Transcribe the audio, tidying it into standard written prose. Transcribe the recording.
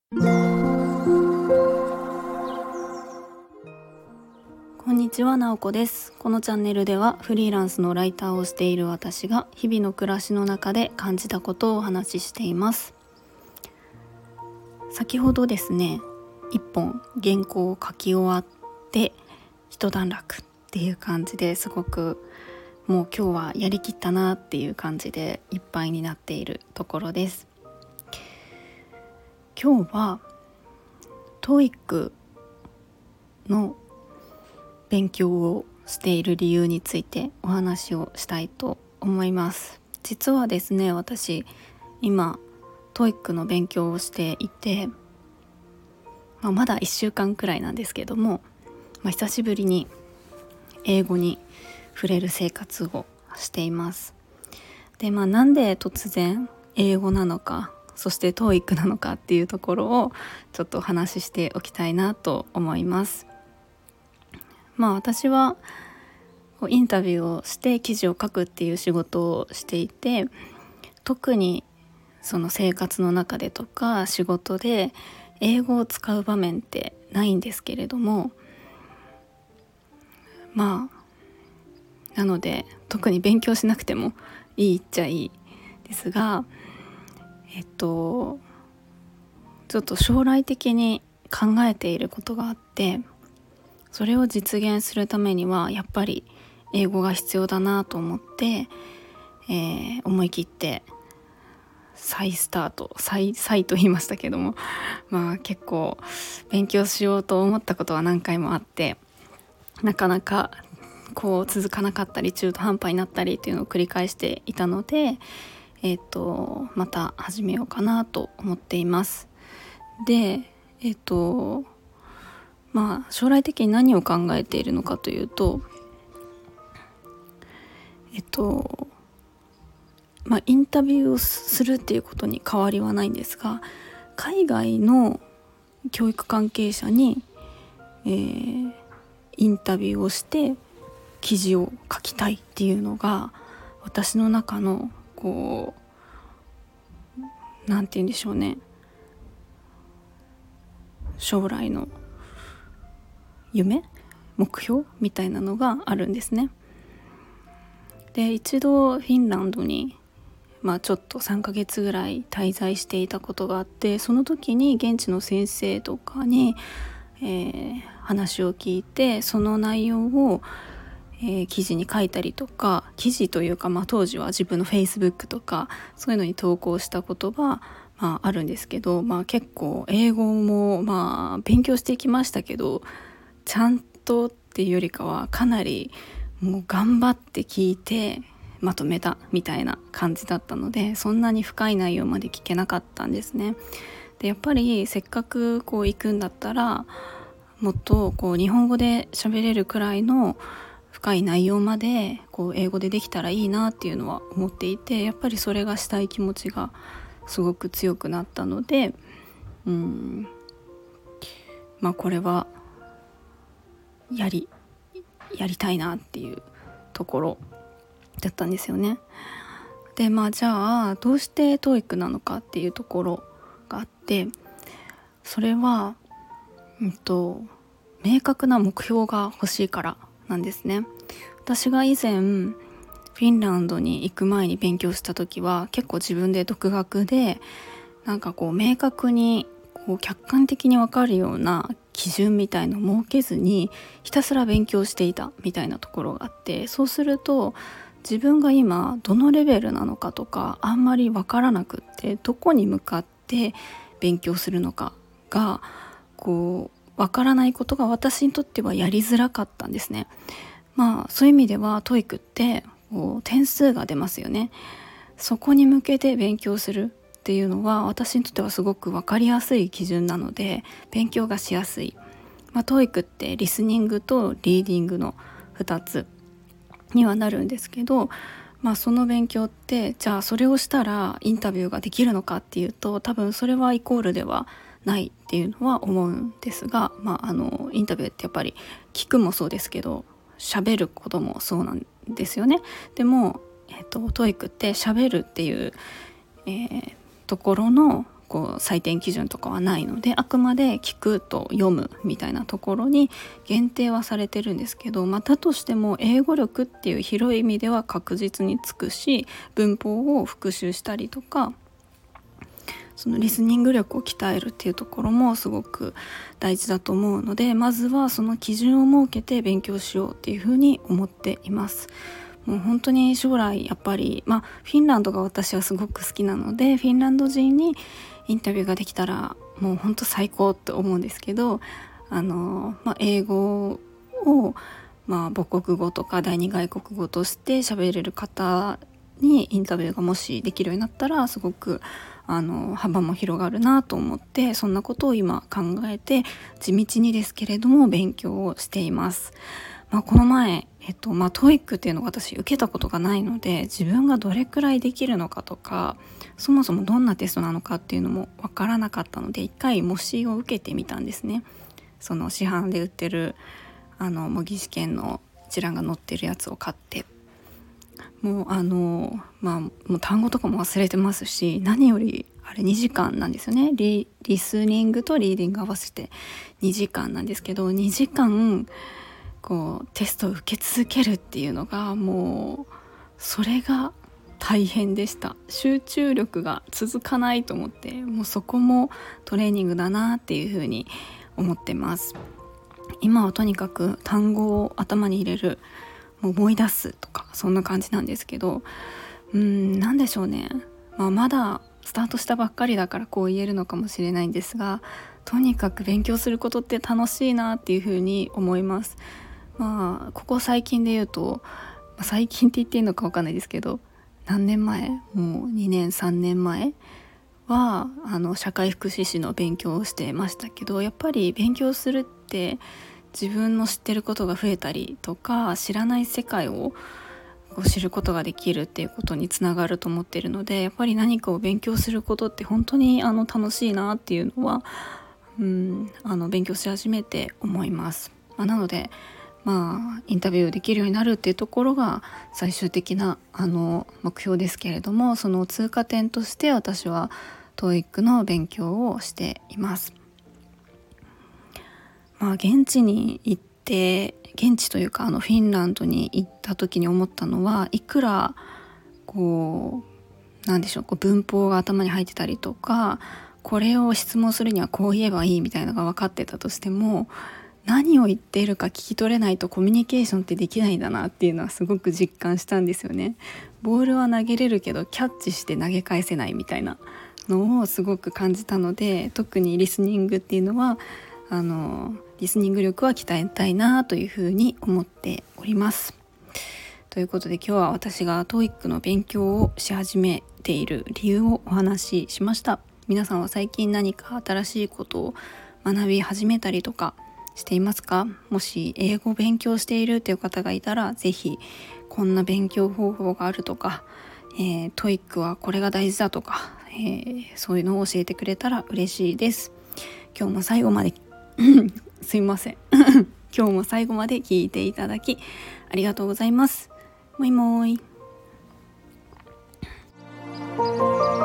こんにちは、なおこです。このチャンネルではフリーランスのライターをしている私が日々の暮らしの中で感じたことをお話ししています。先ほどですね、一本原稿を書き終わって一段落っていう感じで、すごくもう今日はやりきったなっていう感じでいっぱいになっているところです。今日は TOEIC の勉強をしている理由についてお話をしたいと思います。実はですね、私今 TOEIC の勉強をしていて、まだ1週間くらいなんですけども、久しぶりに英語に触れる生活をしています。で、なんで突然英語なのか、そして TOEIC なのかっていうところをちょっとお話ししておきたいなと思います。私はインタビューをして記事を書くっていう仕事をしていて、特にその生活の中でとか仕事で英語を使う場面ってないんですけれども、なので特に勉強しなくてもいいっちゃいいですが、ちょっと将来的に考えていることがあって、それを実現するためにはやっぱり英語が必要だなと思って、思い切って再と言いましたけども、結構勉強しようと思ったことは何回もあって、なかなか続かなかったり中途半端になったりっていうのを繰り返していたので、また始めようかなと思っています。で、将来的に何を考えているのかというと、インタビューをするっていうことに変わりはないんですが、海外の教育関係者に、インタビューをして記事を書きたいっていうのが私の中のなんて言うんでしょうね、将来の目標みたいなのがあるんですね。で、一度フィンランドにちょっと3ヶ月ぐらい滞在していたことがあって、その時に現地の先生とかに、話を聞いて、その内容を、記事に書いたりとか、記事というか、当時は自分の Facebook とかそういうのに投稿したことが、あるんですけど、結構英語も勉強していきましたけど、ちゃんとっていうよりかはかなりもう頑張って聞いてまとめたみたいな感じだったので、そんなに深い内容まで聞けなかったんですね。で、やっぱりせっかく行くんだったら、もっと日本語で喋れるくらいの深い内容まで英語でできたらいいなっていうのは思っていて、やっぱりそれがしたい気持ちがすごく強くなったので、これはやりたいなっていうところだったんですよね。で、じゃあどうして TOEIC なのかっていうところがあって、それは明確な目標が欲しいからなんですね。私が以前フィンランドに行く前に勉強した時は、結構自分で独学で明確に客観的に分かるような基準みたいのを設けずにひたすら勉強していたみたいなところがあって、そうすると自分が今どのレベルなのかとかあんまり分からなくって、どこに向かって勉強するのかが分からないことが私にとってはやりづらかったんですね。そういう意味では TOEIC って点数が出ますよね。そこに向けて勉強するっていうのは私にとってはすごく分かりやすい基準なので、勉強がしやすい。TOEIC ってリスニングとリーディングの2つにはなるんですけど、その勉強って、じゃあそれをしたらインタビューができるのかっていうと、多分それはイコールではないっていうのは思うんですが、インタビューってやっぱり聞くもそうですけど、喋ることもそうなんですよね。でも、TOEIC って喋るっていう、ところの採点基準とかはないので、あくまで聞くと読むみたいなところに限定はされてるんですけど、だとしても英語力っていう広い意味では確実につくし、文法を復習したりとか、そのリスニング力を鍛えるっていうところもすごく大事だと思うので、まずはその基準を設けて勉強しようっていうふうに思っています。もう本当に将来やっぱり、フィンランドが私はすごく好きなので、フィンランド人にインタビューができたらもう本当最高って思うんですけど、英語を母国語とか第二外国語として喋れる方にインタビューがもしできるようになったら、すごく幅も広がるなと思って、そんなことを今考えて地道にですけれども勉強をしています。この前TOEIC っていうのを私受けたことがないので、自分がどれくらいできるのかとか、そもそもどんなテストなのかっていうのもわからなかったので、一回模試を受けてみたんですね。その市販で売ってる模擬試験の一覧が載ってるやつを買って、もう単語とかも忘れてますし、何よりあれ2時間なんですよね。リスニングとリーディング合わせて2時間なんですけど、2時間テストを受け続けるっていうのが、もうそれが大変でした。集中力が続かないと思って、もうそこもトレーニングだなっていうふうに思ってます。今はとにかく単語を頭に入れる、もう思い出すとか、そんな感じなんですけど、なんでしょうね、まだスタートしたばっかりだからこう言えるのかもしれないんですが、とにかく勉強することって楽しいなっていうふうに思います。ここ最近で言うと、最近って言っていいのか分かんないですけど、何年前、もう2年3年前は社会福祉士の勉強をしてましたけど、やっぱり勉強するって自分の知ってることが増えたりとか、知らない世界を知ることができるっていうことにつながると思っているので、やっぱり何かを勉強することって本当に楽しいなっていうのは、勉強し始めて思います。なのでインタビューできるようになるっていうところが最終的な目標ですけれども、その通過点として私は TOEIC の勉強をしています。現地に行って、現地というかフィンランドに行った時に思ったのは、いくらなんでしょう、文法が頭に入ってたりとか、これを質問するにはこう言えばいいみたいなのが分かってたとしても、何を言っているか聞き取れないとコミュニケーションってできないんだなっていうのはすごく実感したんですよね。ボールは投げれるけどキャッチして投げ返せないみたいなのをすごく感じたので、特にリスニングっていうのはリスニング力は鍛えたいなというふうに思っております。ということで、今日は私が TOEIC の勉強をし始めている理由をお話ししました。皆さんは最近何か新しいことを学び始めたりとかしていますか？もし英語を勉強しているという方がいたら、ぜひこんな勉強方法があるとか、TOEIC はこれが大事だとか、そういうのを教えてくれたら嬉しいです。今日も最後まですいません今日も最後まで聞いていただきありがとうございます。もいもーい。